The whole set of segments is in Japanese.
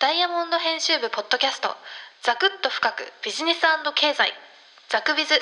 ダイヤモンド編集部ポッドキャスト、ザクッと深くビジネス&経済、ザクビズ。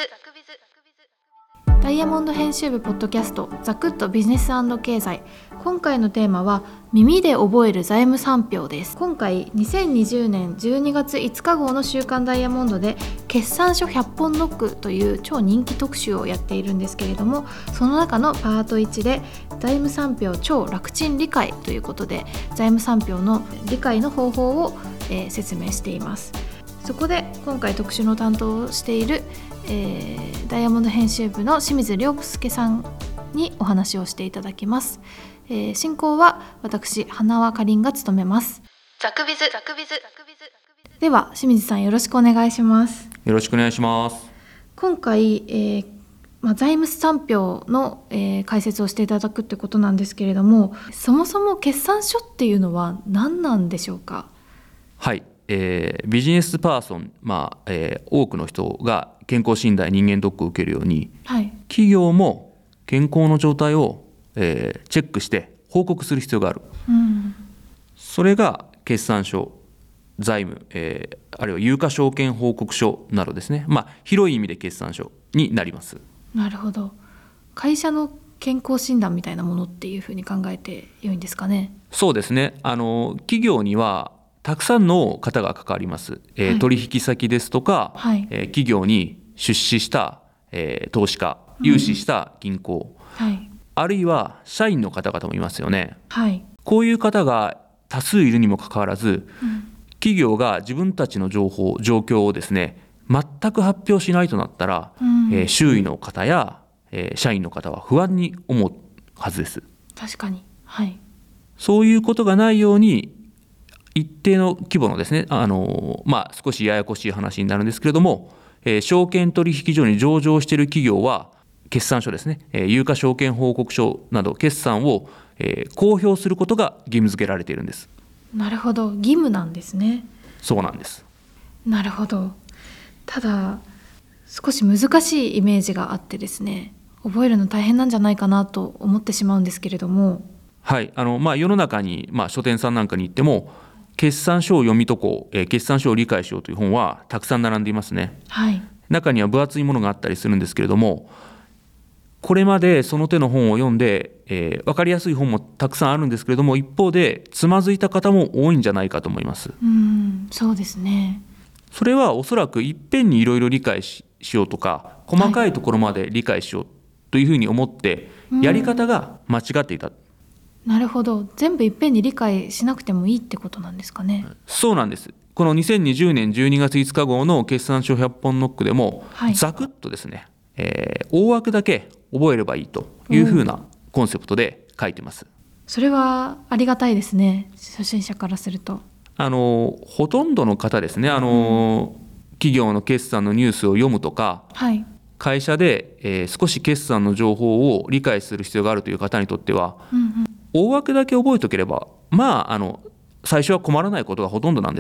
ダイヤモンド編集部ポッドキャスト、ザクッとビジネス&経済。今回のテーマは耳で覚える財務三表です。今回2020年12月5日号の週刊ダイヤモンドで決算書100本ノックという超人気特集をやっているんですけれども、その中のパート1で財務三表超楽ちん理解ということで、財務三表の理解の方法を、説明しています。そこで今回特集の担当をしている、ダイヤモンド編集部の清水亮介さんにお話をしていただきます。進行は私花輪かりんが務めます。ザクビズ。では清水さん、よろしくお願いします。 よろしくお願いします。 今回、財務三表の、解説をしていただくということなんですけれども、そもそも決算書っていうのは何なんでしょうか？ はい、ビジネスパーソン、多くの人が健康診断、人間ドックを受けるように、 はい、 企業も健康の状態を、チェックして報告する必要がある、それが決算書、財務、あるいは有価証券報告書などですね、広い意味で決算書になります。 なるほど。会社の健康診断みたいなものっていうふうに考えて良いんですかね？ そうですね。企業にはたくさんの方が関わります。取引先ですとか、企業に出資した、投資家、融資した銀行、あるいは社員の方々もいますよね。こういう方が多数いるにもかかわらず、企業が自分たちの情報、状況をですね、全く発表しないとなったら、周囲の方や、社員の方は不安に思うはずです。 確かに、 そういうことがないように一定の規模のですね、少しややこしい話になるんですけれども、証券取引所に上場している企業は決算書ですね、有価証券報告書など決算を、公表することが義務付けられているんです。 なるほど、義務なんですね。 そうなんです。 なるほど。ただ少し難しいイメージがあってですね、覚えるの大変なんじゃないかなと思ってしまうんですけれども。 はい、世の中に、書店さんなんかに行っても決算書を読み解こう、決算書を理解しようという本はたくさん並んでいますね。中には分厚いものがあったりするんですけれども、これまでその手の本を読んで、分かりやすい本もたくさんあるんですけれども、一方でつまずいた方も多いんじゃないかと思います。 そうですね。 それはおそらくいっぺんにいろいろ理解 しようとか、細かいところまで理解しようというふうに思って、やり方が間違っていた。 なるほど。全部いっぺんに理解しなくてもいいってことなんですかね？ そうなんです。この2020年12月5日号の決算書100本ノックでも、ざくっとですね、大枠だけ覚えればいいというふうなコンセプトで書いてます。 それはありがたいですね、初心者からすると。 ほとんどの方ですね、企業の決算のニュースを読むとか、会社で、少し決算の情報を理解する必要があるという方にとっては、大枠だけ覚えておければ、最初は困らないことがほとんどなんです。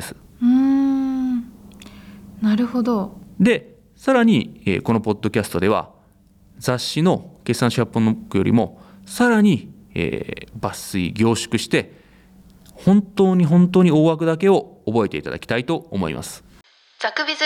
なるほど。 で、さらに、このポッドキャストでは雑誌の決算書100本ノックよりもさらに、抜粋凝縮して本当に大枠だけを覚えていただきたいと思います。 ザクビズ。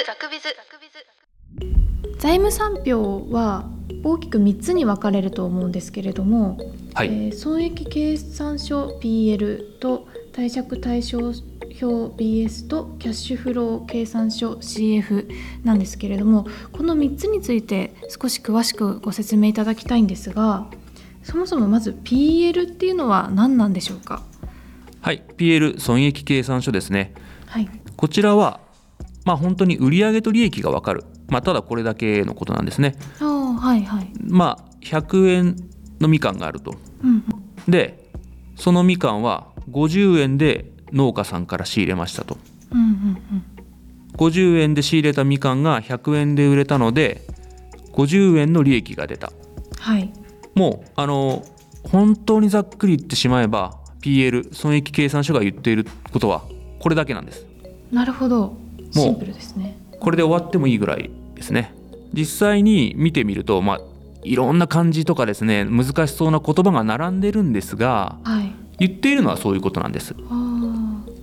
財務三表は大きく3つに分かれると思うんですけれども、損益計算書 PL と貸借対照表 BS とキャッシュフロー計算書 CF なんですけれども、この3つについて少し詳しくご説明いただきたいんですが、そもそもまず PL っていうのは何なんでしょうか？ PL 損益計算書ですね。こちらは、本当に売上と利益が分かる、ただこれだけのことなんですね。100円のみかんがあると、でそのみかんは50円で農家さんから仕入れましたと、50円で仕入れたみかんが100円で売れたので50円の利益が出た。もう本当にざっくり言ってしまえば PL 損益計算書が言っていることはこれだけなんです。 なるほど、シンプルですね。 これで終わってもいいぐらいですね。実際に見てみると、いろんな漢字とかですね、難しそうな言葉が並んでるんですが、言っているのはそういうことなんです。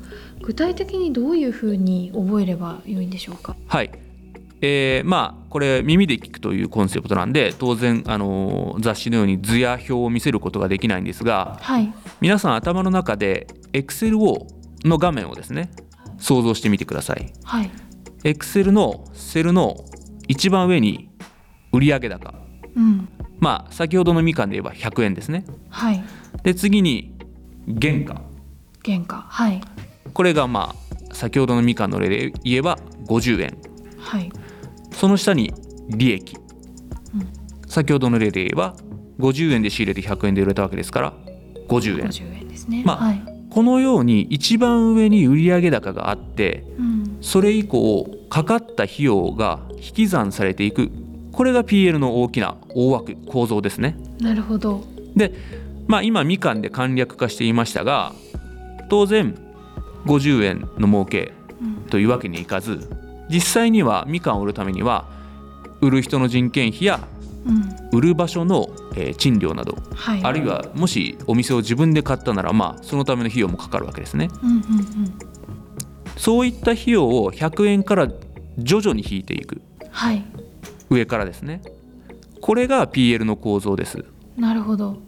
具体的にどういうふうに覚えればよいんでしょうか？ はい、これ耳で聞くというコンセプトなんで、当然雑誌のように図や表を見せることができないんですが、 はい、 皆さん頭の中で Excel の画面をですね想像してみてください。 はい、 Excel のセルの一番上に売上高、 うん、 先ほどのみかんで言えば100円ですね。 はい、 で次に原価、 原価、はい、 これが先ほどのみかんの例で言えば50円。 はい、 その下に利益、 うん、 先ほどの例で言えば50円で仕入れて100円で売れたわけですから50円。 50円ですね。 はい、 はい、 このように一番上に売上高があって、 うん、 それ以降かかった費用が引き算されていく、これが PL の大きな大枠構造ですね。 なるほど。 で、今みかんで簡略化していましたが、当然50円の儲けというわけにいかず、実際にはみかんを売るためには売る人の人件費や売る場所の賃料など、 はい、 あるいはもしお店を自分で買ったならそのための費用もかかるわけですね。そういった費用を100円から徐々に引いていく、 はい、 上からですね。これが PL の構造です。 なるほど。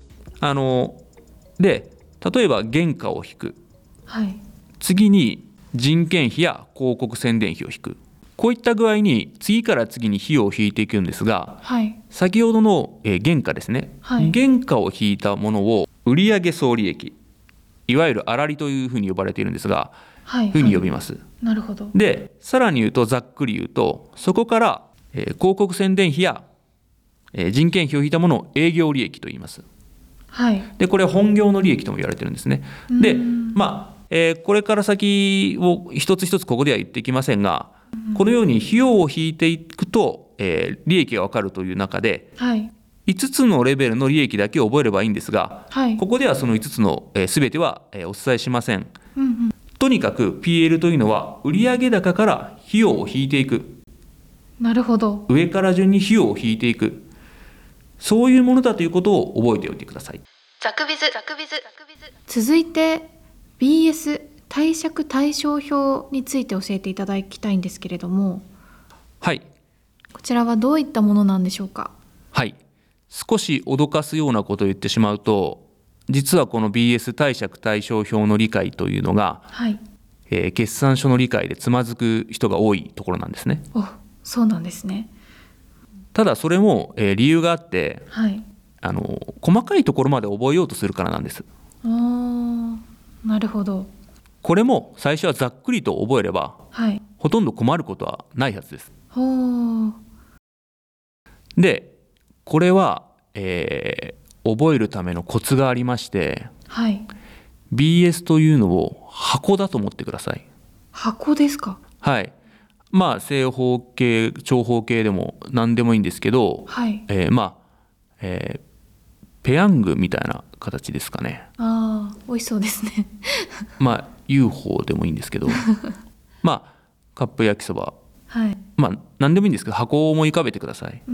で例えば原価を引く、 はい、 次に人件費や広告宣伝費を引く、こういった具合に次から次に費用を引いていくんですが、 はい、 先ほどの原価ですね、 はい、 原価を引いたものを売上総利益、いわゆる粗利というふうに呼ばれているんですが、 はい、 ふうに呼びます。 なるほど。 でさらに言うと、ざっくり言うと、そこから広告宣伝費や人件費を引いたものを営業利益と言います。 はい、 でこれは本業の利益とも言われてるんですね。でこれから先を一つ一つここでは言っていきませんが、このように費用を引いていくと、利益が分かるという中で、 はい、 5つのレベルの利益だけを覚えればいいんですが、 はい、 ここではその5つの全てはお伝えしません。とにかく PL というのは売上高から費用を引いていく、 なるほど。 上から順に費用を引いていく、そういうものだということを覚えておいてください。 ザクビズ。続いて BS 貸借対照表について教えていただきたいんですけれども。 はい、 こちらはどういったものなんでしょうか？ はい、少し脅かすようなことを言ってしまうと、実はこの BS 貸借対照表の理解というのが、 はい、 決算書の理解でつまずく人が多いところなんですね。 そうなんですね。 ただそれも、理由があって、 はい、 細かいところまで覚えようとするからなんです。 なるほど。 これも最初はざっくりと覚えれば、 はい、 ほとんど困ることはないはずです。 ほう。 でこれは、覚えるためのコツがありまして、 はい、 BS というのを箱だと思ってください。 箱ですか？ はい、正方形長方形でも何でもいいんですけど、 はい、 ペヤングみたいな形ですかね。 美味しそうですね。 UFO でもいいんですけどカップ焼きそば、 はい、 何でもいいんですけど、箱を思い浮かべてください。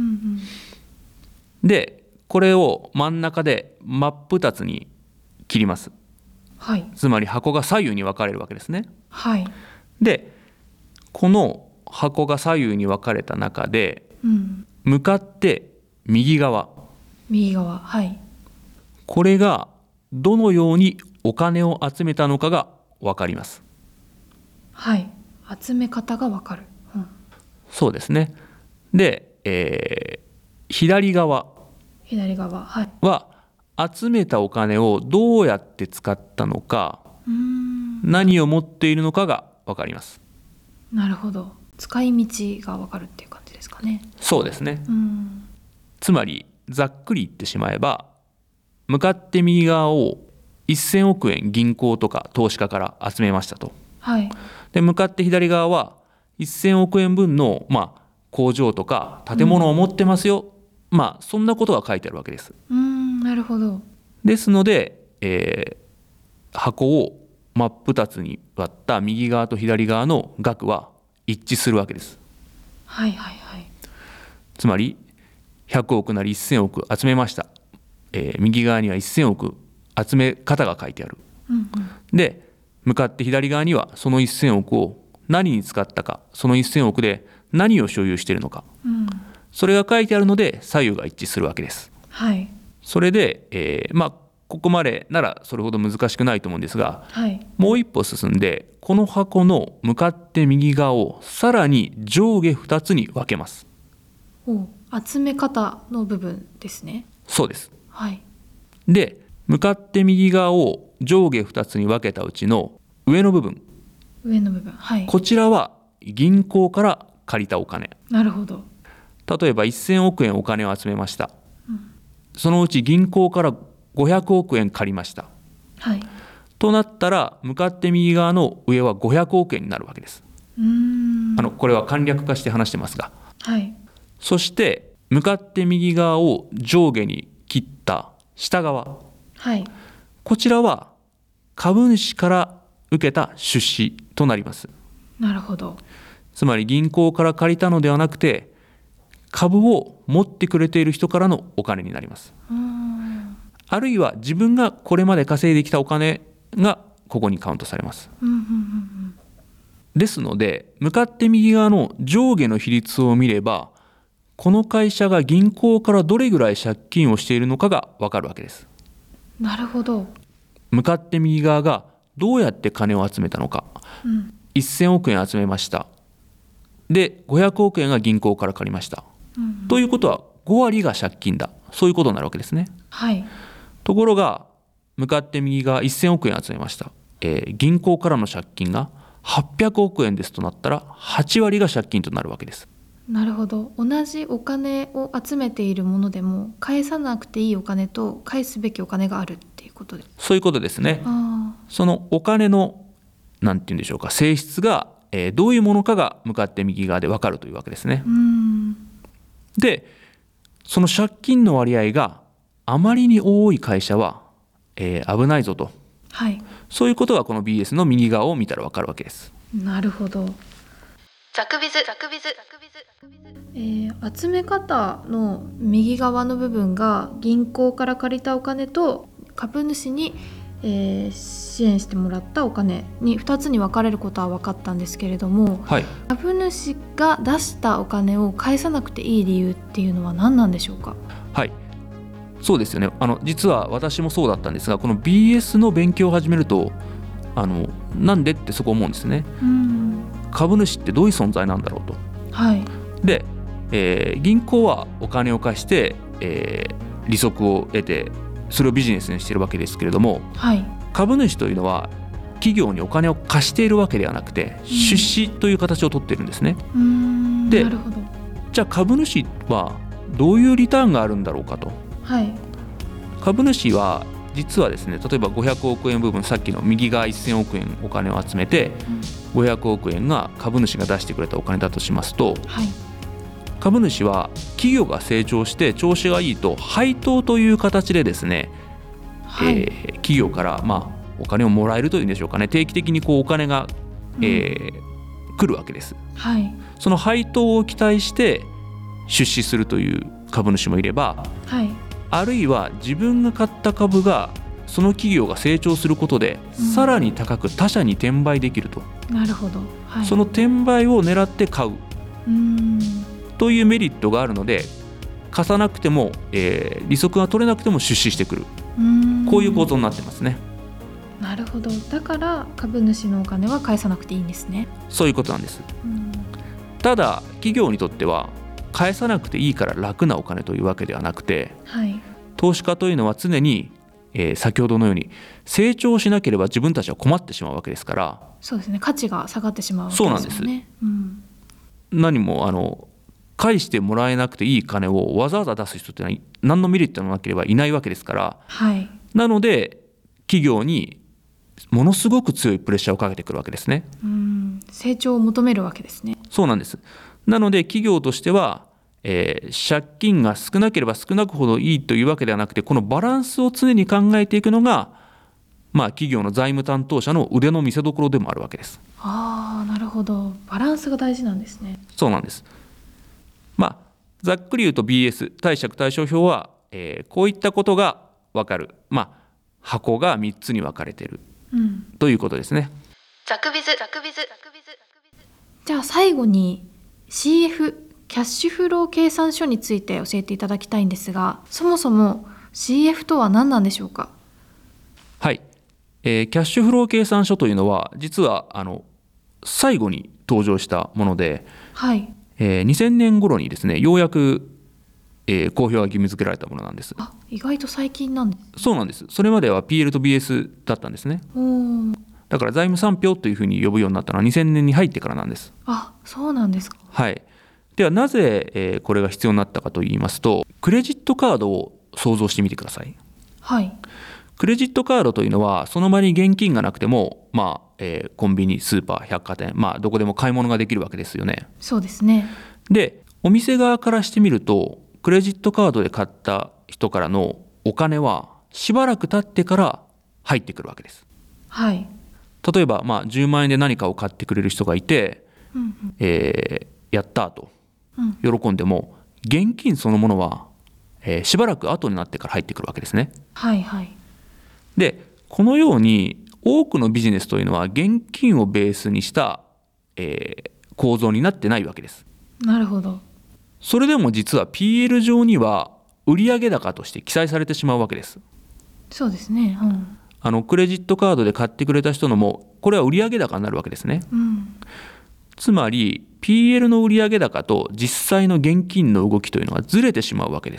でこれを真ん中で真っ二つに切ります。 はい、 つまり箱が左右に分かれるわけですね。 はい、 でこの箱が左右に分かれた中で、向かって右側、 はい、 これがどのようにお金を集めたのかが分かります。 はい、集め方が分かる。 そうですね。で、左側は集めたお金をどうやって使ったのか、何を持っているのかが分かります。 なるほど。使い道が分かるっていう感じですかね。 そうですね。つまりざっくり言ってしまえば、向かって右側を1000億円銀行とか投資家から集めましたと。 はい、 で向かって左側は1000億円分の、工場とか建物を持ってますよ、そんなことが書いてあるわけです。 なるほど。 ですので、箱を真っ二つに割った右側と左側の額は一致するわけです。 はいはいはい。 つまり100億なり1000億集めました、右側には1000億集め方が書いてある。で向かって左側にはその1000億を何に使ったか、その1000億で何を所有しているのか、それが書いてあるので左右が一致するわけです。 はい、 それで、ここまでならそれほど難しくないと思うんですが、 はい、 もう一歩進んでこの箱の向かって右側をさらに上下2つに分けます。 集め方の部分ですね。 そうです。 はい、 で向かって右側を上下2つに分けたうちの上の部分、 はい、 こちらは銀行から借りたお金。 なるほど。 例えば1000億円お金を集めました、そのうち銀行から500億円借りました、 はい、 となったら向かって右側の上は500億円になるわけです。これは簡略化して話してますが、 はい、 そして向かって右側を上下に切った下側、 はい、 こちらは株主から受けた出資となります。 なるほど。 つまり銀行から借りたのではなくて株を持ってくれている人からのお金になります。あるいは自分がこれまで稼いできたお金がここにカウントされます。ですので向かって右側の上下の比率を見ればこの会社が銀行からどれぐらい借金をしているのかが分かるわけです。 なるほど。 向かって右側がどうやって金を集めたのか、1000億円集めました。で500億円が銀行から借りました、ということは5割が借金だ、そういうことになるわけですね。 はい、 ところが向かって右側1000億円集めました、銀行からの借金が800億円ですとなったら8割が借金となるわけです。 なるほど。同じお金を集めているものでも返さなくていいお金と返すべきお金があるっていうことです。 そういうことですね。そのお金のなんて言うんでしょうか、性質が、どういうものかが向かって右側で分かるというわけですね。でその借金の割合があまりに多い会社は、危ないぞと、 はい、 そういうことがこの BS の右側を見たら分かるわけです。 なるほど。ザクビズ、集め方の右側の部分が銀行から借りたお金と株主に、支援してもらったお金に2つに分かれることは分かったんですけれども、 はい、 株主が出したお金を返さなくていい理由っていうのは何なんでしょうか。 はい、そうですよね。実は私もそうだったんですが、この BS の勉強を始めるとなんでってそこ思うんですね。株主ってどういう存在なんだろうと。 はい、 で、銀行はお金を貸して、利息を得てそれをビジネスにしているわけですけれども、 はい、 株主というのは企業にお金を貸しているわけではなくて、出資という形をとっているんですね。で、 なるほど。 じゃあ株主はどういうリターンがあるんだろうかと。 はい、 株主は実はですね、例えば500億円部分、さっきの右側1000億円お金を集めて、500億円が株主が出してくれたお金だとしますと、 はい、 株主は企業が成長して調子がいいと配当という形でですね、 はい、 企業からお金をもらえるというんでしょうかね、定期的にお金が、来るわけです。 はい、 その配当を期待して出資するという株主もいれば、 はい、 あるいは自分が買った株がその企業が成長することで、さらに高く他社に転売できると。 なるほど。はい、 その転売を狙って買うというメリットがあるので、貸さなくても、利息が取れなくても出資してくる、こういう構造になってますね。 なるほど。だから株主のお金は返さなくていいんですね。 そういうことなんです。ただ企業にとっては返さなくていいから楽なお金というわけではなくて、 はい、投資家というのは常に、先ほどのように成長しなければ自分たちは困ってしまうわけですから。 そうですね、価値が下がってしまうわけですよね。 そうなんです、何も返してもらえなくていい金をわざわざ出す人ってのは何のメリットもなければいないわけですから、 はい、 なので企業にものすごく強いプレッシャーをかけてくるわけですね。 成長を求めるわけですね。 そうなんです。なので企業としては、借金が少なければ少なくほどいいというわけではなくて、このバランスを常に考えていくのが、企業の財務担当者の腕の見せ所でもあるわけです。 なるほど。バランスが大事なんですね。 そうなんです。ざっくり言うと BS 貸借対照表は、こういったことが分かる、箱が3つに分かれている、 ということですね。 ザクビズ。じゃあ最後に CF キャッシュフロー計算書について教えていただきたいんですが、そもそも CF とは何なんでしょうか？ はい、キャッシュフロー計算書というのは実は最後に登場したもので、 はい、 2000年頃にですねようやく、公表が義務付けられたものなんです。 意外と最近なんです。 そうなんです。それまでは PL と BS だったんですね。だから財務三票というふうに呼ぶようになったのは2000年に入ってからなんです。 そうなんですか。 はい。ではなぜ、これが必要になったかといいますと、クレジットカードを想像してみてください。 はい。 クレジットカードというのはその場に現金がなくても、コンビニ、スーパー、百貨店、どこでも買い物ができるわけですよね。 そうですね。 で、お店側からしてみると、クレジットカードで買った人からのお金はしばらく経ってから入ってくるわけです。 はい。 例えば、10万円で何かを買ってくれる人がいて、やったと喜んでも、現金そのものは、しばらく後になってから入ってくるわけですね。 はいはい。 で、このように多くのビジネスというのは現金をベースにした、構造になってないわけです。 なるほど。 それでも実は PL 上には売上高として記載されてしまうわけです。 そうですね。 クレジットカードで買ってくれた人のもこれは売上高になるわけですね。つまり PL の売上高と実際の現金の動きというのはずれてしまうわけです。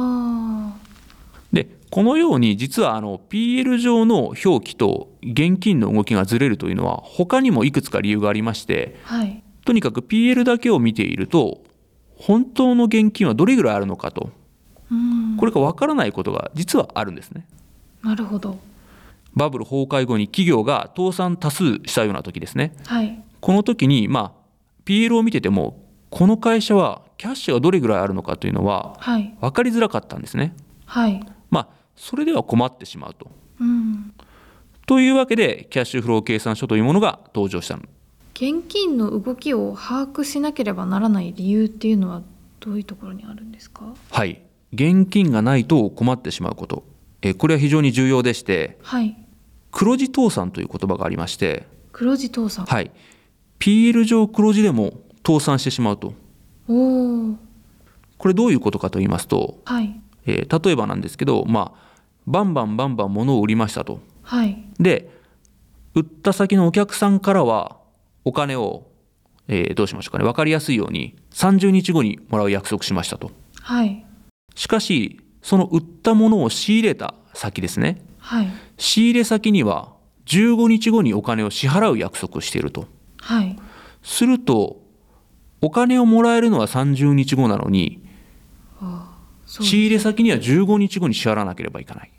で、このように実はPL 上の表記と現金の動きがずれるというのは他にもいくつか理由がありまして、とにかく PL だけを見ていると本当の現金はどれぐらいあるのかと、これが分からないことが実はあるんですね。 なるほど。 バブル崩壊後に企業が倒産多数したような時ですね、この時にPL を見ててもこの会社はキャッシュがどれぐらいあるのかというのは分かりづらかったんですね。それでは困ってしまうと、というわけでキャッシュフロー計算書というものが登場したの。 現金の動きを把握しなければならない理由っていうのはどういうところにあるんですか？ はい、現金がないと困ってしまうこと、これは非常に重要でして、黒字倒産という言葉がありまして、 黒字倒産、 PL 上黒字でも倒産してしまうと。これどういうことかと言いますと、例えばなんですけど、バンバン物を売りましたと、で売った先のお客さんからはお金を、どうしましょうかね、分かりやすいように30日後にもらう約束しましたと、しかしその売ったものを仕入れた先ですね、仕入れ先には15日後にお金を支払う約束をしていると、するとお金をもらえるのは30日後なのに、仕入れ先には15日後に支払わなければいけない、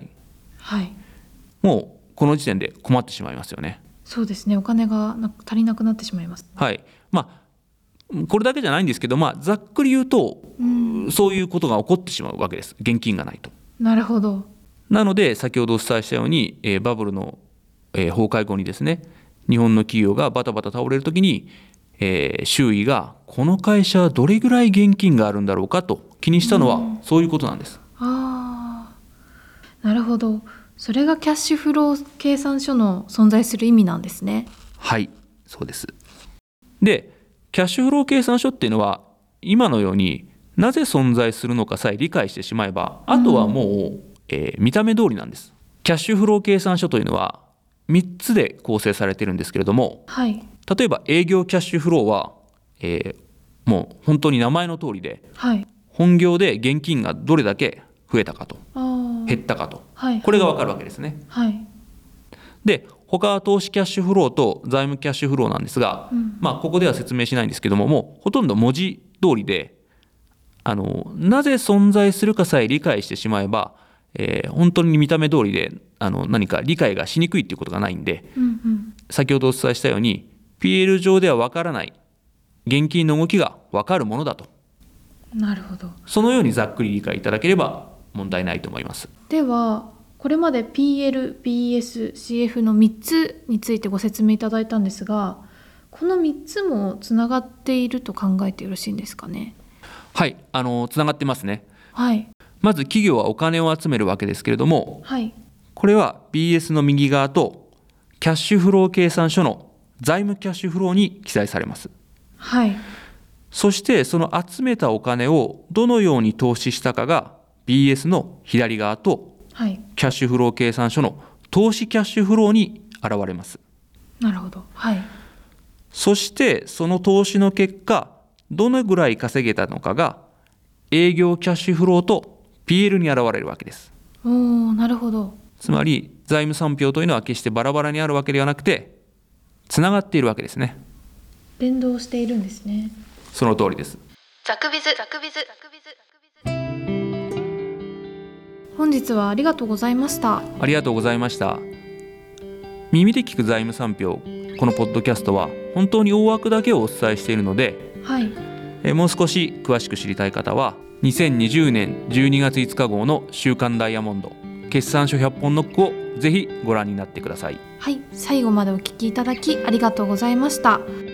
もうこの時点で困ってしまいますよね。 そうですね、お金が足りなくなってしまいます。 これだけじゃないんですけど、ざっくり言うと、そういうことが起こってしまうわけです、現金がないと。 なるほど。 なので先ほどお伝えしたように、バブルの、崩壊後にですね、日本の企業がバタバタ倒れるときに、周囲がこの会社はどれぐらい現金があるんだろうかと気にしたのは、そういうことなんです。 なるほど。それがキャッシュフロー計算書の存在する意味なんですね。 はい、そうです。で、キャッシュフロー計算書っていうのは今のようになぜ存在するのかさえ理解してしまえば、あとはもう、見た目通りなんです。キャッシュフロー計算書というのは3つで構成されているんですけれども、例えば営業キャッシュフローは、もう本当に名前の通りで、本業で現金がどれだけ増えたかと減ったかと、これが分かるわけですね。で、他は投資キャッシュフローと財務キャッシュフローなんですが、ここでは説明しないんですけども、もうほとんど文字通りで、なぜ存在するかさえ理解してしまえば、本当に見た目通りで何か理解がしにくいっていうことがないんで、先ほどお伝えしたように PL 上では分からない現金の動きが分かるものだと。 なるほど。 そのようにざっくり理解いただければ問題ないと思います。 ではこれまで PL、BS、CF の3つについてご説明いただいたんですが、この3つもつながっていると考えてよろしいんですかね？ はい、つながってますね。まず企業はお金を集めるわけですけれども、 これは BS の右側とキャッシュフロー計算書の財務キャッシュフローに記載されます。 はい。 そしてその集めたお金をどのように投資したかが BS の左側とキャッシュフロー計算書の投資キャッシュフローに現れます。 なるほど。はい。 そしてその投資の結果どのぐらい稼げたのかが営業キャッシュフローと PL に現れるわけです。 おー、なるほど。 つまり財務三票というのは決してバラバラにあるわけではなくてつながっているわけですね。 連動しているんですね。 その通りです。 ザクビズ。本日はありがとうございました。 ありがとうございました。耳で聞く財務三票、このポッドキャストは本当に大枠だけをお伝えしているので、 はい、 もう少し詳しく知りたい方は2020年12月5日号の週刊ダイヤモンド決算書100本ノックをぜひご覧になってください。 はい、最後までお聞きいただきありがとうございました。